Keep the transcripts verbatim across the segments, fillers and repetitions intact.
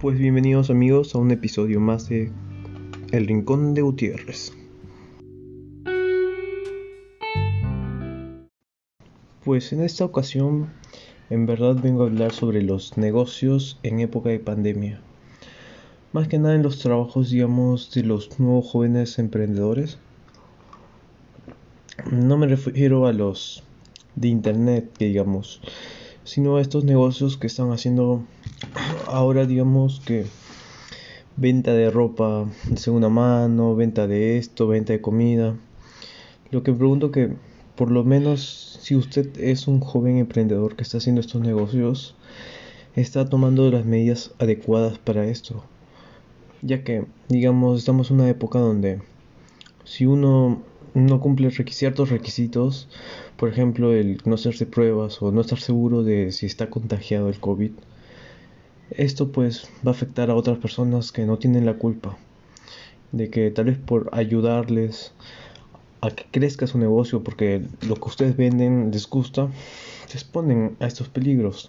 Pues bienvenidos amigos a un episodio más de El Rincón de Gutiérrez. Pues en esta ocasión en verdad vengo a hablar sobre los negocios en época de pandemia. Más que nada en los trabajos, digamos, de los nuevos jóvenes emprendedores. No me refiero a los de internet, que digamos, sino a estos negocios que están haciendo ahora, digamos que venta de ropa de segunda mano, venta de esto, venta de comida. Lo que pregunto que, por lo menos, si usted es un joven emprendedor que está haciendo estos negocios, está tomando las medidas adecuadas para esto. Ya que, digamos, estamos en una época donde si uno no cumple ciertos requisitos, por ejemplo, el no hacerse pruebas o no estar seguro de si está contagiado el COVID, esto pues va a afectar a otras personas que no tienen la culpa, de que tal vez por ayudarles a que crezca su negocio porque lo que ustedes venden les gusta, se exponen a estos peligros.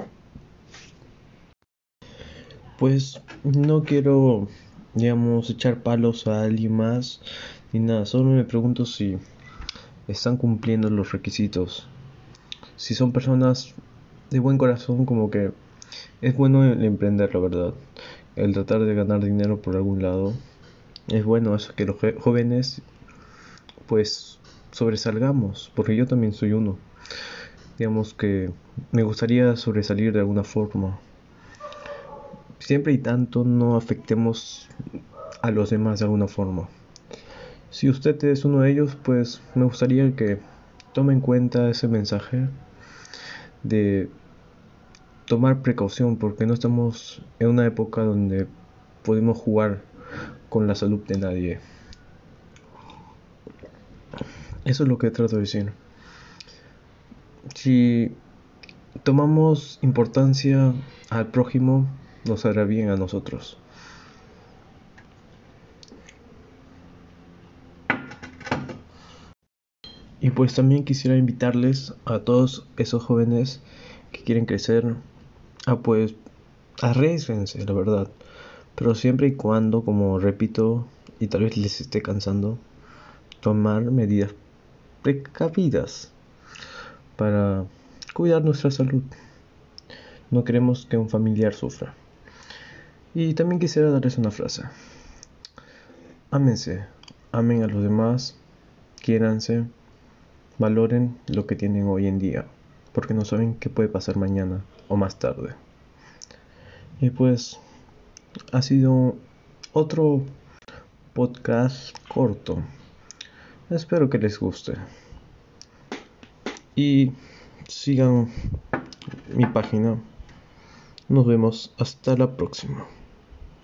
Pues no quiero, digamos, echar palos a alguien más ni nada, solo me pregunto si están cumpliendo los requisitos. Si son personas de buen corazón, como que es bueno el emprender, la verdad. El tratar de ganar dinero por algún lado. Es bueno eso, que los jóvenes pues sobresalgamos, porque yo también soy uno. Digamos que me gustaría sobresalir de alguna forma. Siempre y tanto no afectemos a los demás de alguna forma. Si usted es uno de ellos, pues me gustaría que tome en cuenta ese mensaje de tomar precaución, porque no estamos en una época donde podemos jugar con la salud de nadie. Eso es lo que trato de decir. Si tomamos importancia al prójimo, nos hará bien a nosotros. Y pues también quisiera invitarles a todos esos jóvenes que quieren crecer a pues arriésguense, la verdad, pero siempre y cuando, como repito, y tal vez les esté cansando, tomar medidas precavidas para cuidar nuestra salud. No queremos que un familiar sufra. Y también quisiera darles una frase: ámense, amen a los demás, quiéranse, valoren lo que tienen hoy en día, porque no saben qué puede pasar mañana o más tarde. Y pues ha sido otro podcast corto. Espero que les guste. Y sigan mi página. Nos vemos hasta la próxima.